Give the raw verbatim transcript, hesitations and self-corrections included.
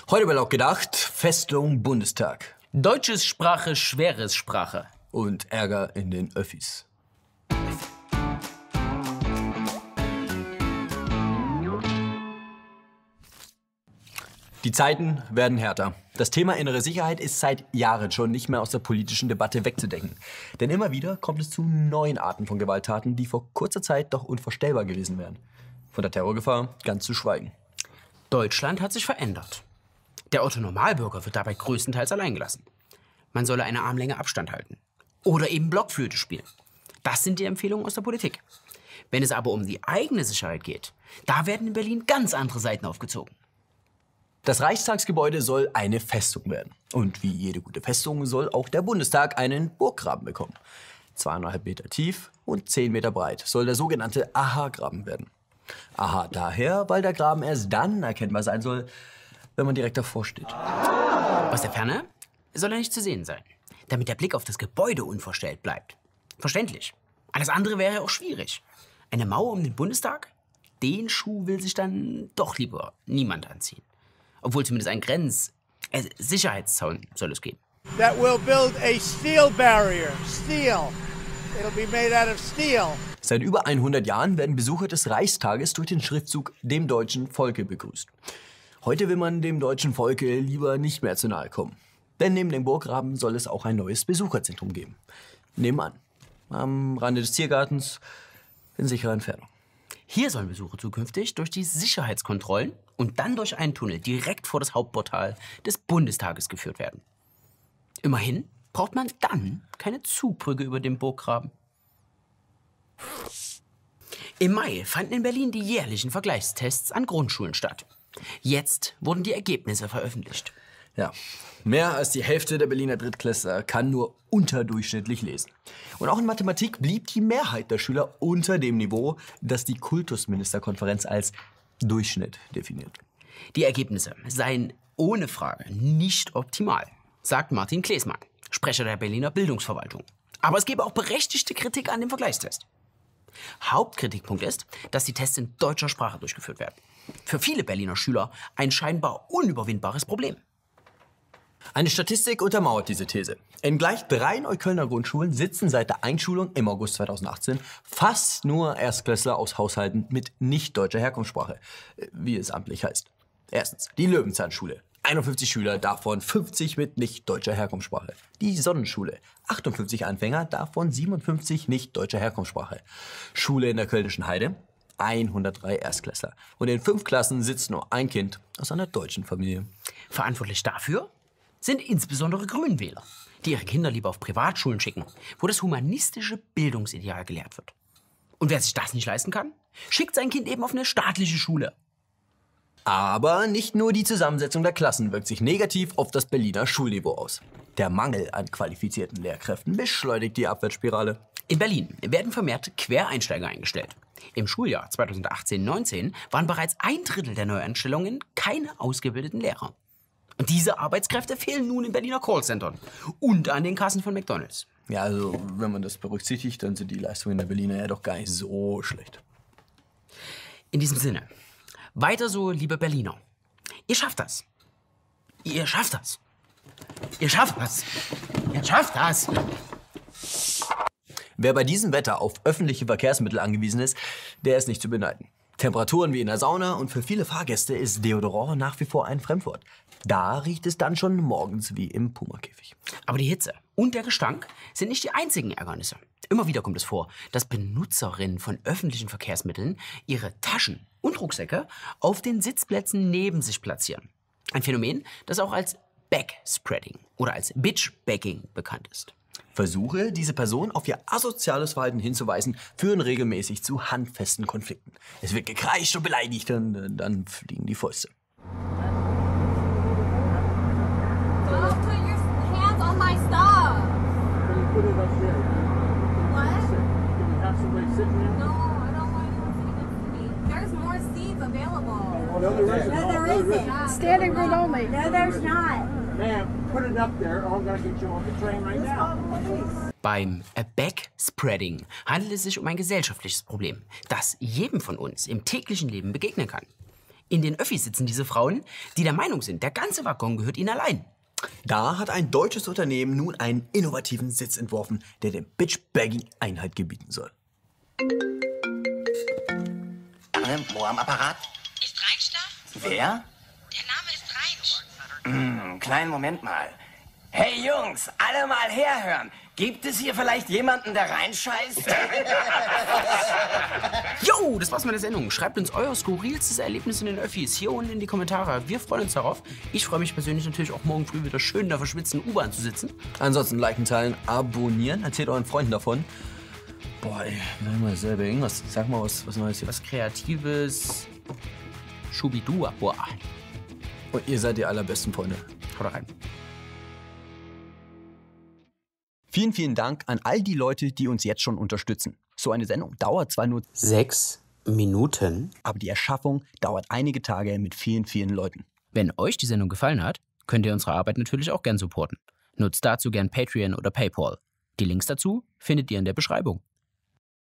Heute bei Laut gedacht, Festung Bundestag. Deutsches Sprache, schweres Sprache. Und Ärger in den Öffis. Die Zeiten werden härter. Das Thema innere Sicherheit ist seit Jahren schon nicht mehr aus der politischen Debatte wegzudenken. Denn immer wieder kommt es zu neuen Arten von Gewalttaten, die vor kurzer Zeit doch unvorstellbar gewesen wären. Von der Terrorgefahr ganz zu schweigen. Deutschland hat sich verändert. Der Otto-Normalbürger wird dabei größtenteils allein gelassen. Man solle eine Armlänge Abstand halten. Oder eben Blockflöte spielen. Das sind die Empfehlungen aus der Politik. Wenn es aber um die eigene Sicherheit geht, da werden in Berlin ganz andere Seiten aufgezogen. Das Reichstagsgebäude soll eine Festung werden. Und wie jede gute Festung soll auch der Bundestag einen Burggraben bekommen. Zweieinhalb Meter tief und zehn Meter breit soll der sogenannte Aha-Graben werden. Aha daher, weil der Graben erst dann erkennbar sein soll, wenn man direkt davor steht. Aus der Ferne soll er nicht zu sehen sein, damit der Blick auf das Gebäude unverstellt bleibt. Verständlich. Alles andere wäre auch schwierig. Eine Mauer um den Bundestag? Den Schuh will sich dann doch lieber niemand anziehen. Obwohl zumindest ein Grenz-, äh, Sicherheitszaun soll es geben. That will build a steel barrier. Steel. It'll be made out of steel. Seit über hundert Jahren werden Besucher des Reichstages durch den Schriftzug „Dem deutschen Volke" begrüßt. Heute will man dem deutschen Volke lieber nicht mehr zu nahe kommen. Denn neben dem Burggraben soll es auch ein neues Besucherzentrum geben. Nebenan, am Rande des Tiergartens, in sicherer Entfernung. Hier sollen Besucher zukünftig durch die Sicherheitskontrollen und dann durch einen Tunnel direkt vor das Hauptportal des Bundestages geführt werden. Immerhin braucht man dann keine Zugbrücke über den Burggraben. Im Mai fanden in Berlin die jährlichen Vergleichstests an Grundschulen statt. Jetzt wurden die Ergebnisse veröffentlicht. Ja, mehr als die Hälfte der Berliner Drittklässler kann nur unterdurchschnittlich lesen. Und auch in Mathematik blieb die Mehrheit der Schüler unter dem Niveau, das die Kultusministerkonferenz als Durchschnitt definiert. Die Ergebnisse seien ohne Frage nicht optimal, sagt Martin Klesmann, Sprecher der Berliner Bildungsverwaltung. Aber es gebe auch berechtigte Kritik an dem Vergleichstest. Hauptkritikpunkt ist, dass die Tests in deutscher Sprache durchgeführt werden. Für viele Berliner Schüler ein scheinbar unüberwindbares Problem. Eine Statistik untermauert diese These. In gleich drei Neuköllner Grundschulen sitzen seit der Einschulung im August zweitausendachtzehn fast nur Erstklässler aus Haushalten mit nicht deutscher Herkunftssprache, wie es amtlich heißt. Erstens die Löwenzahnschule. einundfünfzig Schüler, davon fünfzig mit nicht deutscher Herkunftssprache. Die Sonnenschule. achtundfünfzig Anfänger, davon siebenundfünfzig nicht deutscher Herkunftssprache. Schule in der Kölnischen Heide. hundertdrei Erstklässler. Und in fünf Klassen sitzt nur ein Kind aus einer deutschen Familie. Verantwortlich dafür sind insbesondere Grünwähler, die ihre Kinder lieber auf Privatschulen schicken, wo das humanistische Bildungsideal gelehrt wird. Und wer sich das nicht leisten kann, schickt sein Kind eben auf eine staatliche Schule. Aber nicht nur die Zusammensetzung der Klassen wirkt sich negativ auf das Berliner Schulniveau aus. Der Mangel an qualifizierten Lehrkräften beschleunigt die Abwärtsspirale. In Berlin werden vermehrt Quereinsteiger eingestellt. Im Schuljahr zweitausendachtzehn neunzehn waren bereits ein Drittel der Neuanstellungen keine ausgebildeten Lehrer. Und diese Arbeitskräfte fehlen nun in Berliner Callcentern und an den Kassen von McDonald's. Ja, also wenn man das berücksichtigt, dann sind die Leistungen der Berliner ja doch gar nicht so schlecht. In diesem Sinne, weiter so, liebe Berliner. Ihr schafft das. Ihr schafft das. Ihr schafft das. Ihr schafft das. Wer bei diesem Wetter auf öffentliche Verkehrsmittel angewiesen ist, der ist nicht zu beneiden. Temperaturen wie in der Sauna und für viele Fahrgäste ist Deodorant nach wie vor ein Fremdwort. Da riecht es dann schon morgens wie im Pumakäfig. Aber die Hitze und der Gestank sind nicht die einzigen Ärgernisse. Immer wieder kommt es vor, dass Benutzerinnen von öffentlichen Verkehrsmitteln ihre Taschen und Rucksäcke auf den Sitzplätzen neben sich platzieren. Ein Phänomen, das auch als Backspreading oder als Bitchbagging bekannt ist. Versuche, diese Person auf ihr asoziales Verhalten hinzuweisen, führen regelmäßig zu handfesten Konflikten. Es wird gekreischt und beleidigt und äh, dann fliegen die Fäuste. Don't put your hands on my stuff. Can you put it up there? What? Can you have somebody sit there? No, I don't want you sitting next to me. There's more seats available. Oh, no, there isn't. No, there No, there isn't. Standing room only. No, there's not. Ma'am, put it up there or I'm gonna get you on the train right now. Beim Backspreading handelt es sich um ein gesellschaftliches Problem, das jedem von uns im täglichen Leben begegnen kann. In den Öffis sitzen diese Frauen, die der Meinung sind, der ganze Waggon gehört ihnen allein. Da hat ein deutsches Unternehmen nun einen innovativen Sitz entworfen, der dem Bitchbagging Einhalt gebieten soll. Ähm, wo am Apparat? Ist Reinsch da? Wer? Der Name ist Reinsch. Hm, kleinen Moment mal. Hey Jungs, alle mal herhören. Gibt es hier vielleicht jemanden, der reinscheißt? Jo, das war's mit der Sendung. Schreibt uns euer skurrilstes Erlebnis in den Öffis hier unten in die Kommentare. Wir freuen uns darauf. Ich freue mich persönlich natürlich auch morgen früh wieder schön in der verschwitzten U-Bahn zu sitzen. Ansonsten liken, teilen, abonnieren. Erzählt euren Freunden davon. Boah, ey, mal selber irgendwas. Sag mal was, was Neues hier. Was Kreatives. Schubidua. Boah. Und ihr seid die allerbesten Freunde. Haut rein. Vielen, vielen Dank an all die Leute, die uns jetzt schon unterstützen. So eine Sendung dauert zwar nur Sechs Minuten. aber die Erschaffung dauert einige Tage mit vielen, vielen Leuten. Wenn euch die Sendung gefallen hat, könnt ihr unsere Arbeit natürlich auch gern supporten. Nutzt dazu gern Patreon oder PayPal. Die Links dazu findet ihr in der Beschreibung.